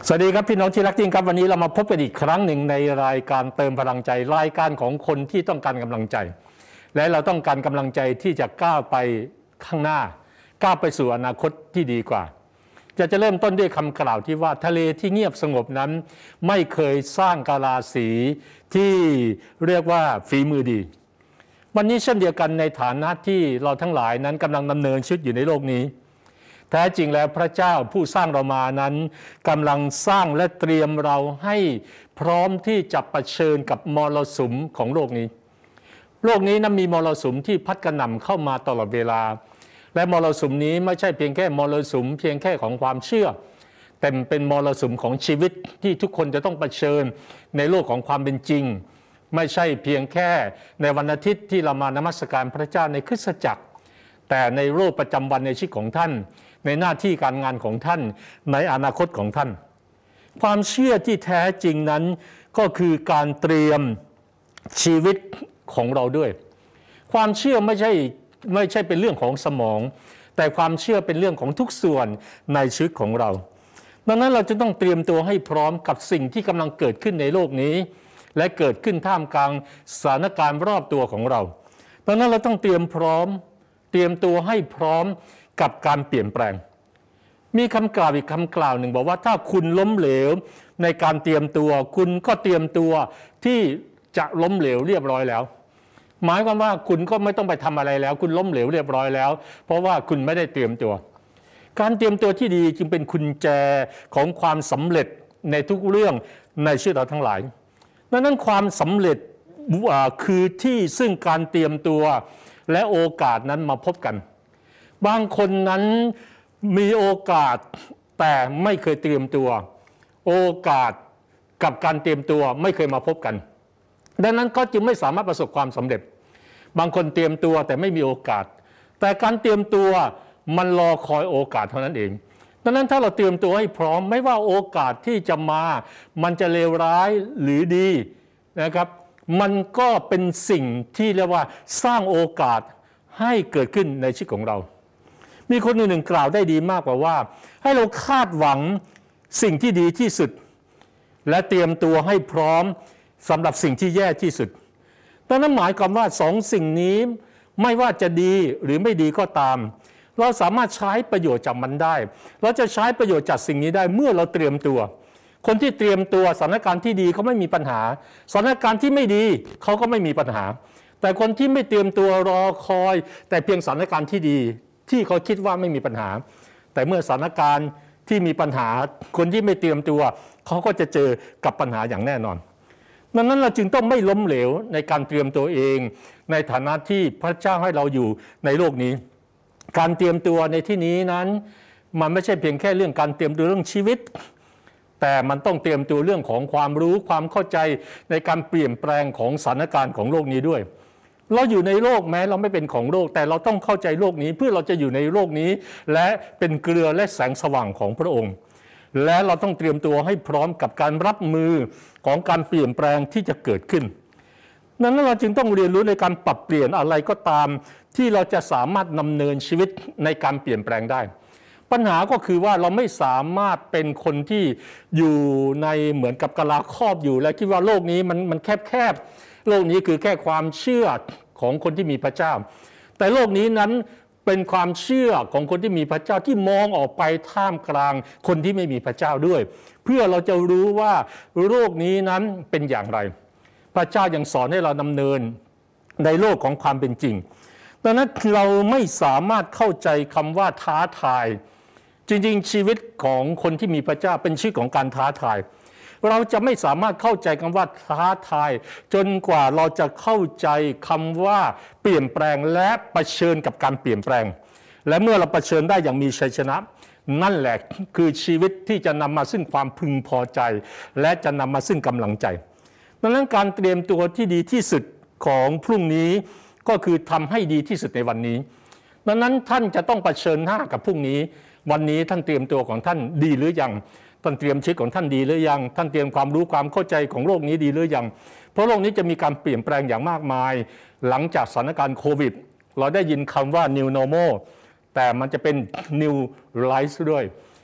สวัสดีครับพี่น้องที่รักจริงครับวันนี้เรามาพบกันอีกครั้งหนึ่งในรายการเติมพลังใจรายการของคนที่ต้องการกำลังใจและเราต้องการกำลังใจที่จะก้าวไปข้างหน้าก้าวไปสู่อนาคตที่ดีกว่าจะเริ่มต้นด้วยคำกล่าวที่ว่าทะเลที่เงียบสงบนั้นไม่เคยสร้างกาลาสีที่เรียกว่าฝีมือดีวันนี้เช่นเดียวกันในฐานะที่เราทั้งหลายนั้นกำลังดำเนินชีวิตอยู่ในโลกนี้แท้จริงแล้วพระเจ้าผู้สร้างเรามานั้นกำลังสร้างและเตรียมเราให้พร้อมที่จะเผชิญกับมรสุมของโลกนี้โลกนี้นั้นมีมรสุมที่พัดกระหน่ำเข้ามาตลอดเวลาและมรสุมนี้ไม่ใช่เพียงแค่มรสุมเพียงแค่ของความเชื่อแต่เป็นมรสุมของชีวิตที่ทุกคนจะต้องเผชิญในโลกของความเป็นจริงไม่ใช่เพียงแค่ในวันอาทิตย์ที่เรามานมัสการพระเจ้าในคริสตจักรแต่ในโลกประจำวันในชีวิตของท่านในหน้าที่การงานของท่านในอนาคตของท่านความเชื่อที่แท้จริงนั้นก็คือการเตรียมชีวิตของเราด้วยความเชื่อไม่ใช่เป็นเรื่องของสมองแต่ความเชื่อเป็นเรื่องของทุกส่วนในชีวิตของเราดังนั้นเราจะต้องเตรียมตัวให้พร้อมกับสิ่งที่กำลังเกิดขึ้นในโลกนี้และเกิดขึ้นท่ามกลางสถานการณ์รอบตัวของเราดังนั้นเราต้องเตรียมตัวให้พร้อมกับการเปลี่ยนแปลงมีคำกล่าวอีกคำกล่าวหนึ่งบอกว่าถ้าคุณล้มเหลวในการเตรียมตัวคุณก็เตรียมตัวที่จะล้มเหลวเรียบร้อยแล้วหมายความว่าคุณก็ไม่ต้องไปทำอะไรแล้วคุณล้มเหลวเรียบร้อยแล้วเพราะว่าคุณไม่ได้เตรียมตัวการเตรียมตัวที่ดีจึงเป็นกุญแจของความสำเร็จในทุกเรื่องในชีวิตเราทั้งหลายดังนั้นความสำเร็จคือที่ซึ่งการเตรียมตัวและโอกาสนั้นมาพบกันบางคนนั้นมีโอกาสแต่ไม่เคยเตรียมตัวโอกาสกับการเตรียมตัวไม่เคยมาพบกันดังนั้นก็จึงไม่สามารถประสบความสำเร็จบางคนเตรียมตัวแต่ไม่มีโอกาสแต่การเตรียมตัวมันรอคอยโอกาสเท่านั้นเองดังนั้นถ้าเราเตรียมตัวให้พร้อมไม่ว่าโอกาสที่จะมามันจะเลวร้ายหรือดีนะครับมันก็เป็นสิ่งที่เรียกว่าสร้างโอกาสให้เกิดขึ้นในชีวิตของเรามีคนหนึ่งกล่าวได้ดีมากกว่าให้เราคาดหวังสิ่งที่ดีที่สุดและเตรียมตัวให้พร้อมสำหรับสิ่งที่แย่ที่สุดดังนั้นหมายความว่าสองสิ่งนี้ไม่ว่าจะดีหรือไม่ดีก็ตามเราสามารถใช้ประโยชน์จากมันได้เราจะใช้ประโยชน์จากสิ่งนี้ได้เมื่อเราเตรียมตัวคนที่เตรียมตัวสถานการณ์ที่ดีเขาไม่มีปัญหาสถานการณ์ที่ไม่ดีเขาก็ไม่มีปัญหาแต่คนที่ไม่เตรียมตัวรอคอยแต่เพียงสถานการณ์ที่ดีที่เขาคิดว่าไม่มีปัญหาแต่เมื่อสถานการณ์ที่มีปัญหาคนที่ไม่เตรียมตัวเขาก็จะเจอกับปัญหาอย่างแน่นอนดังนั้นเราจึงต้องไม่ล้มเหลวในการเตรียมตัวเองในฐานะที่พระเจ้าให้เราอยู่ในโลกนี้การเตรียมตัวในที่นี้นั้นมันไม่ใช่เพียงแค่เรื่องการเตรียมตัวเรื่องชีวิตแต่มันต้องเตรียมตัวเรื่องของความรู้ความเข้าใจในการเปลี่ยนแปลงของสถานการณ์ของโลกนี้ด้วยเราอยู่ในโลกแม้เราไม่เป็นของโลกแต่เราต้องเข้าใจโลกนี้เพื่อเราจะอยู่ในโลกนี้และเป็นเกลือและแสงสว่างของพระองค์และเราต้องเตรียมตัวให้พร้อมกับการรับมือของการเปลี่ยนแปลงที่จะเกิดขึ้นนั้นเราจึงต้องเรียนรู้ในการปรับเปลี่ยนอะไรก็ตามที่เราจะสามารถดำเนินชีวิตในการเปลี่ยนแปลงได้ปัญหาก็คือว่าเราไม่สามารถเป็นคนที่อยู่ในเหมือนกับกะลาครอบอยู่และคิดว่าโลกนี้มันแคบโลกนี้คือแค่ความเชื่อของคนที่มีพระเจ้าแต่โลกนี้นั้นเป็นความเชื่อของคนที่มีพระเจ้าที่มองออกไปท่ามกลางคนที่ไม่มีพระเจ้าด้วยเพื่อเราจะรู้ว่าโลกนี้นั้นเป็นอย่างไรพระเจ้ายังสอนให้เราดำเนินในโลกของความเป็นจริงดังนั้นเราไม่สามารถเข้าใจคำว่าท้าทายจริงๆชีวิตของคนที่มีพระเจ้าเป็นชีวิตของการท้าทายเราจะไม่สามารถเข้าใจคำว่าท้าทายจนกว่าเราจะเข้าใจคำว่าเปลี่ยนแปลงและเผชิญกับการเปลี่ยนแปลงและเมื่อเราเผชิญได้อย่างมีชัยชนะนั่นแหละคือชีวิตที่จะนำมาซึ่งความพึงพอใจและจะนำมาซึ่งกำลังใจดังนั้นการเตรียมตัวที่ดีที่สุดของพรุ่งนี้ก็คือทำให้ดีที่สุดในวันนี้ดังนั้นท่านจะต้องเผชิญหน้ากับพรุ่งนี้วันนี้ท่านเตรียมตัวของท่านดีหรือยังท่านเตรียมชีวิตของท่านดีหรือยังท่านเตรียมความรู้ความเข้าใจของโลกนี้ดีหรือยังเพราะโลกนี้จะมีการเปลี่ยนแปลงอย่างมากมายหลังจากสถานการณ์โควิดเราได้ยินคำว่า new normal แต่มันจะเป็น new life ด้วย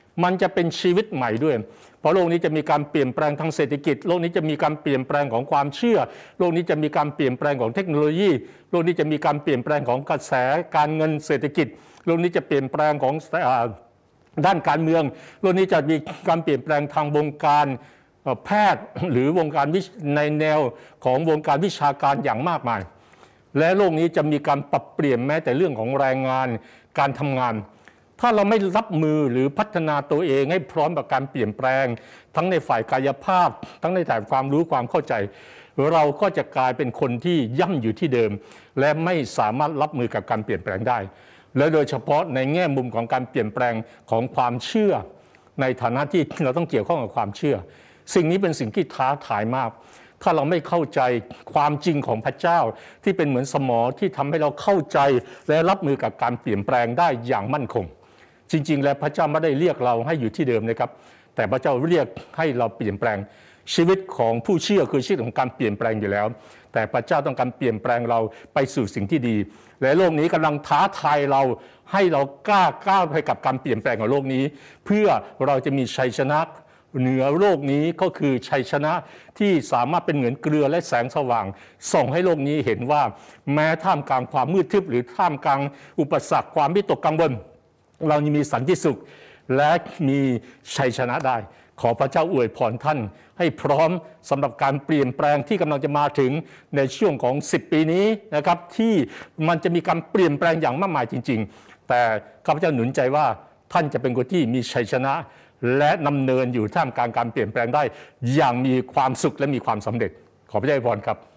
มันจะเป็นชีวิตใหม่ด้วยเพราะโลกนี้จะมีการเปลี่ยนแปลงทางเศรษฐกิจโลกนี้จะมีการเปลี่ยนแปลงของความเชื่อโลกนี้จะมีการเปลี่ยนแปลงของเทคโนโลยีโลกนี้จะมีการเปลี่ยนแปลงของกระแสการเงินเศรษฐกิจโลกนี้จะเปลี่ยนแปลงของด้านการเมืองโลกนี้จะมีการเปลี่ยนแปลงทางวงการแพทย์หรือวงการในแนวของวงการวิชาการอย่างมากมายและโลกนี้จะมีการปรับเปลี่ยนแม้แต่เรื่องของแรงงานการทำงานถ้าเราไม่รับมือหรือพัฒนาตัวเองให้พร้อมกับการเปลี่ยนแปลงทั้งในฝ่ายกายภาพทั้งในฝ่ายความรู้ความเข้าใจเราก็จะกลายเป็นคนที่ย่ำอยู่ที่เดิมและไม่สามารถรับมือกับการเปลี่ยนแปลงได้และโดยเฉพาะในแง่มุมของการเปลี่ยนแปลงของความเชื่อในฐานะที่เราต้องเกี่ยวข้องกับความเชื่อสิ่งนี้เป็นสิ่งที่ท้าทายมากถ้าเราไม่เข้าใจความจริงของพระเจ้าที่เป็นเหมือนสมอที่ทำให้เราเข้าใจและรับมือกับการเปลี่ยนแปลงได้อย่างมั่นคงจริงๆแล้วพระเจ้าไม่ได้เรียกเราให้อยู่ที่เดิมนะครับแต่พระเจ้าเรียกให้เราเปลี่ยนแปลงชีวิตของผู้เชื่อคือชีวิตของการเปลี่ยนแปลงอยู่แล้วแต่พระเจ้าต้องการเปลี่ยนแปลงเราไปสู่สิ่งที่ดีและโลกนี้กำลังท้าทายเราให้เรากล้าก้าวไปกับการเปลี่ยนแปลงของโลกนี้เพื่อเราจะมีชัยชนะเหนือโลกนี้ก็คือชัยชนะที่สามารถเป็นเหมือนเกลือและแสงสว่างส่องให้โลกนี้เห็นว่าแม้ท่ามกลางความมืดทึบหรือท่ามกลางอุปสรรคความวิตกกังวลเรายังมีสันติสุขและมีชัยชนะได้ขอพระเจ้าอวยพรท่านให้พร้อมสำหรับการเปลี่ยนแปลงที่กำลังจะมาถึงในช่วงของ10 ปีนี้นะครับที่มันจะมีการเปลี่ยนแปลงอย่างมากมายจริงๆแต่ข้าพเจ้าหนุนใจว่าท่านจะเป็นคนที่มีชัยชนะและดำเนินอยู่ท่ามกลางการเปลี่ยนแปลงได้อย่างมีความสุขและมีความสำเร็จขอพระเจ้าอวยพรครับ